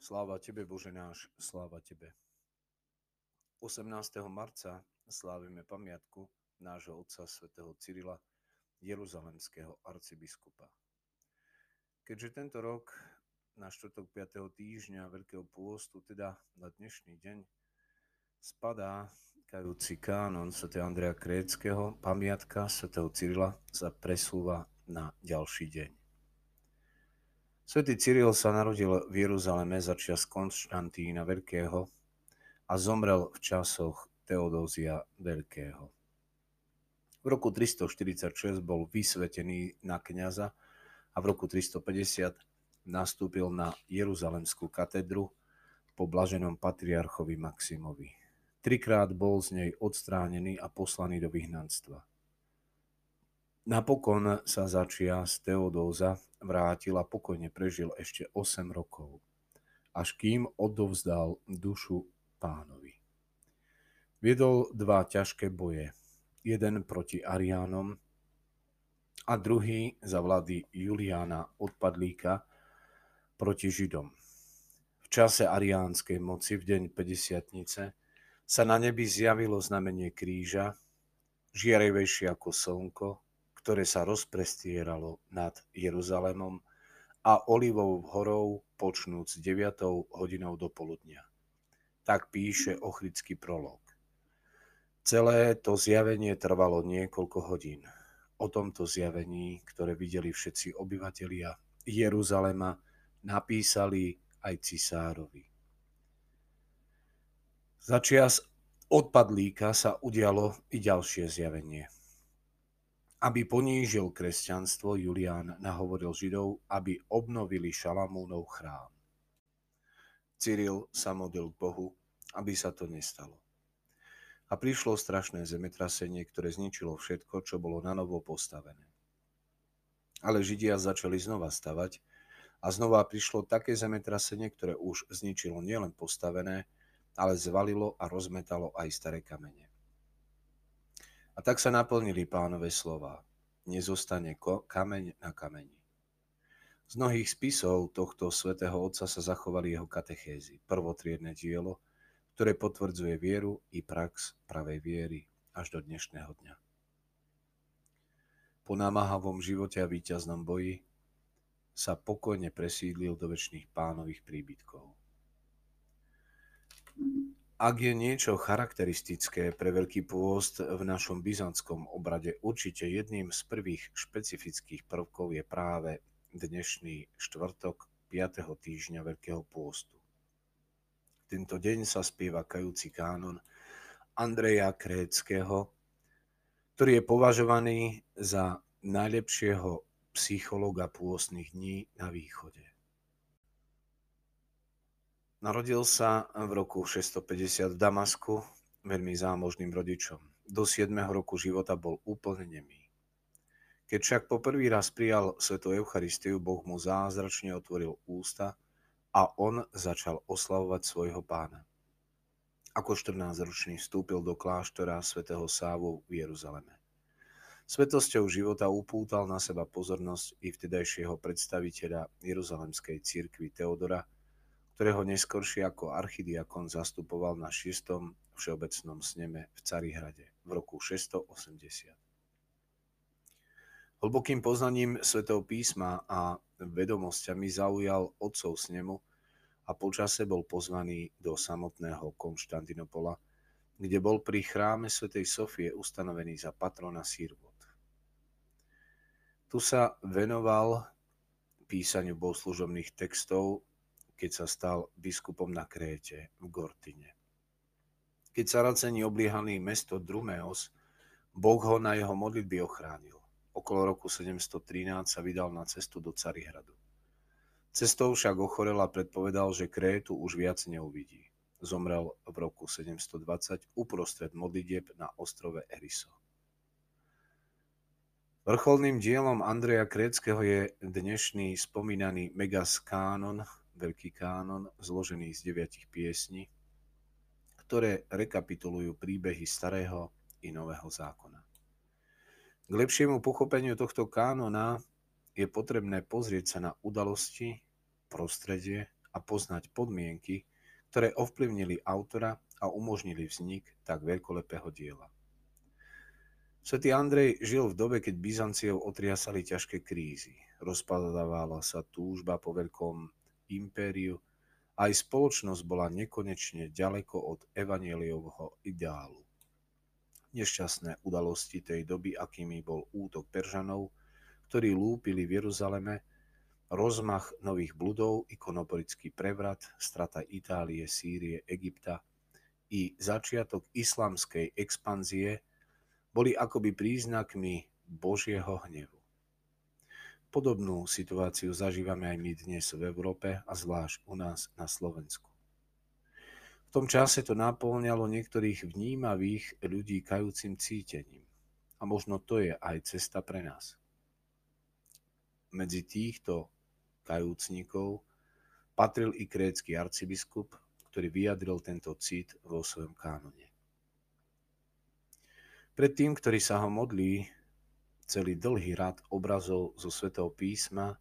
Sláva Tebe, Bože náš, sláva Tebe. 18. marca slávime pamiatku nášho otca svätého Cyrila, jeruzalemského arcibiskupa. Keďže tento rok na štvrtok 5. týždňa Veľkého pôstu, teda na dnešný deň, spadá kajúci kánon svätého Andreja Krétskeho, pamiatka svätého Cyrila sa presúva na ďalší deň. Svätý Cyril sa narodil v Jeruzaleme začias Konštantína Veľkého a zomrel v časoch Teodózia Veľkého. V roku 346 bol vysvetený na kňaza a v roku 350 nastúpil na Jeruzalemskú katedru po blaženom patriarchovi Maximovi. Trikrát bol z nej odstránený a poslaný do vyhnanstva. Napokon sa začias Teodóza vrátil a pokojne prežil ešte 8 rokov, až kým odovzdal dušu Pánovi. Viedol 2 ťažké boje, jeden proti Ariánom a druhý za vlády Juliána Odpadlíka proti Židom. V čase ariánskej moci v deň Päťdesiatnice sa na nebi zjavilo znamenie kríža, žiarivejšie ako slnko, ktoré sa rozprestieralo nad Jeruzalémom a Olivovou horou počnúc 9. hodinou do poludnia. Tak píše Ochridský prolog. Celé to zjavenie trvalo niekoľko hodín. O tomto zjavení, ktoré videli všetci obyvatelia Jeruzalema, napísali aj cisárovi. Začias Odpadlíka sa udialo i ďalšie zjavenie. Aby ponížil kresťanstvo, Julián nahovoril Židov, aby obnovili Šalamúnov chrám. Cyril sa modlil k Bohu, aby sa to nestalo. A prišlo strašné zemetrasenie, ktoré zničilo všetko, čo bolo nanovo postavené. Ale Židia začali znova stavať a znova prišlo také zemetrasenie, ktoré už zničilo nielen postavené, ale zvalilo a rozmetalo aj staré kamene. A tak sa naplnili Pánove slová. Nezostane kameň na kameni. Z mnohých spisov tohto svätého otca sa zachovali jeho katechézy, prvotriedne dielo, ktoré potvrdzuje vieru i prax pravej viery až do dnešného dňa. Po namáhavom živote a víťaznom boji sa pokojne presídlil do večných Pánových príbytkov. Ak je niečo charakteristické pre Veľký pôst v našom byzantskom obrade, určite jedným z prvých špecifických prvkov je práve dnešný štvrtok 5. týždňa Veľkého pôstu. Tento deň sa spieva kajúci kánon Andreja Krétskeho, ktorý je považovaný za najlepšieho psychológa pôstnych dní na východe. Narodil sa v roku 650 v Damasku veľmi zámožným rodičom. Do 7. roku života bol úplne nemý. Keď však po prvý raz prijal svätú Eucharistiu, Boh mu zázračne otvoril ústa a on začal oslavovať svojho Pána. Ako 14-ročný vstúpil do kláštora svätého Sávu v Jeruzaleme. Svetosťou života upútal na seba pozornosť i vtedajšieho predstaviteľa jeruzalemskej cirkvi Teodora, ktorého neskoršie ako archidiakon zastupoval na 6. všeobecnom sneme v Carihrade v roku 680. Hlbokým poznaním svätého písma a vedomosťami zaujal otcov snemu a počase bol pozvaný do samotného Konštantinopola, kde bol pri chráme svätej Sofie ustanovený za patrona sirvot. Tu sa venoval písaniu bohoslužobných textov, keď sa stal biskupom na Kréte v Gortine. Keď Saraceni obliehali mesto Drumeos, Boh ho na jeho modlitby ochránil. Okolo roku 713 sa vydal na cestu do Carihradu. Cestou však ochorel a predpovedal, že Krétu už viac neuvidí. Zomrel v roku 720 uprostred modlitieb na ostrove Eriso. Vrcholným dielom Andreja Krétskeho je dnešný spomínaný Megaskánon, Veľký kánon, zložený z 9 piesní, ktoré rekapitulujú príbehy Starého i Nového zákona. K lepšiemu pochopeniu tohto kánona je potrebné pozrieť sa na udalosti, prostredie a poznať podmienky, ktoré ovplyvnili autora a umožnili vznik tak veľkolepého diela. Svätý Andrej žil v dobe, keď Byzanciou otriasali ťažké krízy. Rozpadávala sa túžba po veľkom impériu, aj spoločnosť bola nekonečne ďaleko od evanjeliovho ideálu. Nešťastné udalosti tej doby, akými bol útok Peržanov, ktorí lúpili v Jeruzaleme, rozmach nových bludov, ikonoborický prevrat, strata Itálie, Sýrie, Egypta i začiatok islamskej expanzie boli akoby príznakmi Božieho hnevu. Podobnú situáciu zažívame aj my dnes v Európe a zvlášť u nás na Slovensku. V tom čase to napĺňalo niektorých vnímavých ľudí kajúcim cítením. A možno to je aj cesta pre nás. Medzi týchto kajúcnikov patril i krétsky arcibiskup, ktorý vyjadril tento cít vo svojom kánone. Pred tým, ktorý sa ho modlí, celý dlhý rad obrazov zo Svätého písma,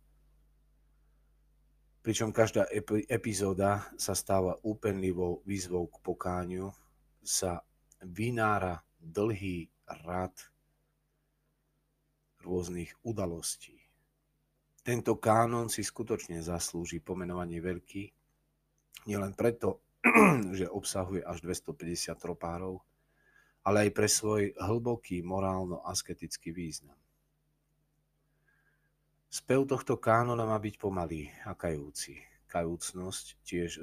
pričom každá epizóda sa stáva úpenlivou výzvou k pokániu, sa vynára dlhý rad rôznych udalostí. Tento kánon si skutočne zaslúži pomenovanie veľký, nielen preto, že obsahuje až 250 tropárov, ale aj pre svoj hlboký morálno-asketický význam. Spev tohto kánona má byť pomalý a kajúci. Kajúcnosť tiež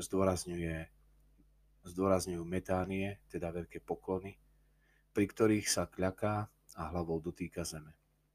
zdôrazňujú metánie, teda veľké poklony, pri ktorých sa kľaká a hlavou dotýka zeme.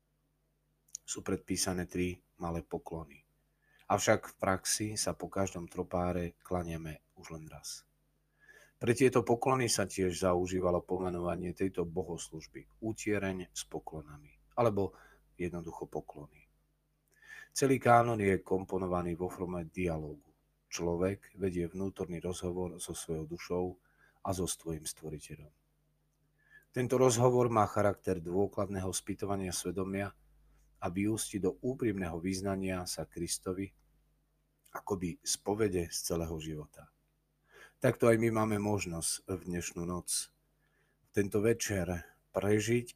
Sú predpísané 3 malé poklony. Avšak v praxi sa po každom tropáre klaniame už len raz. Pre tieto poklony sa tiež zaužívalo pomenovanie tejto bohoslužby útiereň s poklonami, alebo jednoducho poklony. Celý kánon je komponovaný vo forme dialógu. Človek vedie vnútorný rozhovor so svojou dušou a so svojím stvoriteľom. Tento rozhovor má charakter dôkladného spýtovania svedomia a vyústi do úprimného vyznania sa Kristovi, akoby spovede z celého života. Takto aj my máme možnosť v dnešnú noc, tento večer prežiť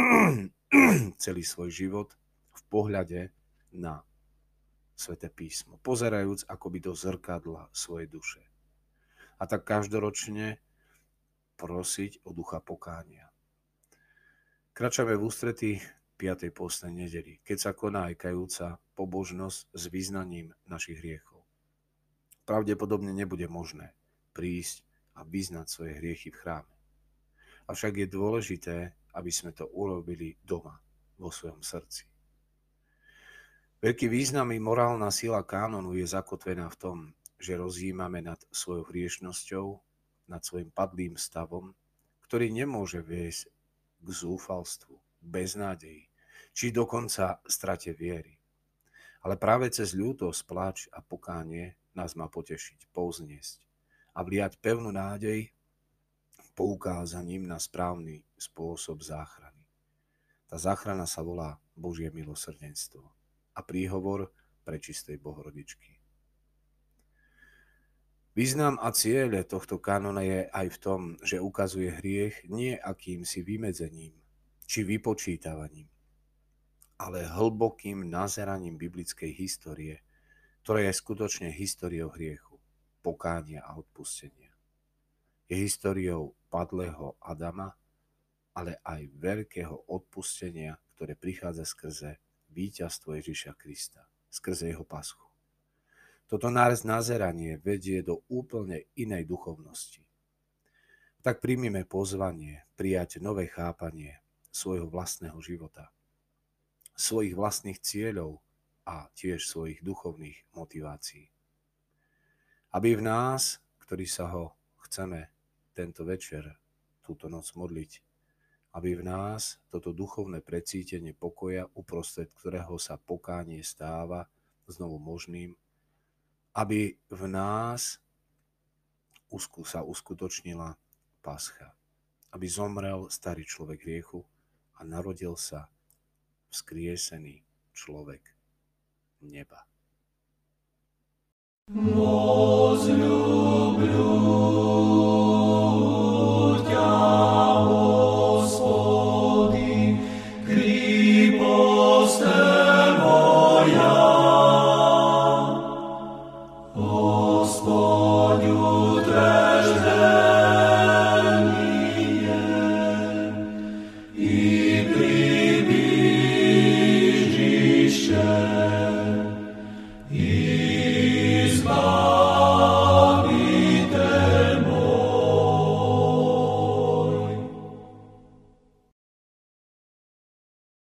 celý svoj život v pohľade na Sväté písmo, pozerajúc akoby do zrkadla svojej duše. A tak každoročne prosiť o ducha pokánia. Kračame v ústretí 5. pôstnej nedeli, keď sa koná aj kajúca pobožnosť s vyznaním našich hriechov. Pravdepodobne nebude možné prísť a vyznať svoje hriechy v chráme. Avšak je dôležité, aby sme to urobili doma, vo svojom srdci. Veľký význam i morálna sila kánonu je zakotvená v tom, že rozjímame nad svojou hriešnosťou, nad svojim padlým stavom, ktorý nemôže viesť k zúfalstvu, beznádeji, či dokonca strate viery. Ale práve cez ľútosť, pláč a pokánie nás má potešiť, povzniesť a vliať pevnú nádej poukázaním na správny spôsob záchrany. Tá záchrana sa volá Božie milosrdenstvo a príhovor prečistej Bohorodičky. Význam a cieľ tohto kanona je aj v tom, že ukazuje hriech nie akýmsi vymedzením či vypočítavaním, ale hlbokým nazeraním biblickej histórie, ktorá je skutočne históriou hriechu, pokánia a odpustenia. Je históriou padlého Adama, ale aj veľkého odpustenia, ktoré prichádza skrze víťazstvo Ježiša Krista, skrze jeho paschu. Toto nazeranie vedie do úplne inej duchovnosti. Tak príjmime pozvanie prijať nové chápanie svojho vlastného života, svojich vlastných cieľov a tiež svojich duchovných motivácií. Aby v nás, ktorí sa ho chceme tento večer, túto noc modliť, aby v nás toto duchovné precítenie pokoja, uprostred ktorého sa pokánie stáva znovu možným, aby v nás sa uskutočnila pascha, aby zomrel starý človek hriechu a narodil sa vzkriesený človek neba. Возлюби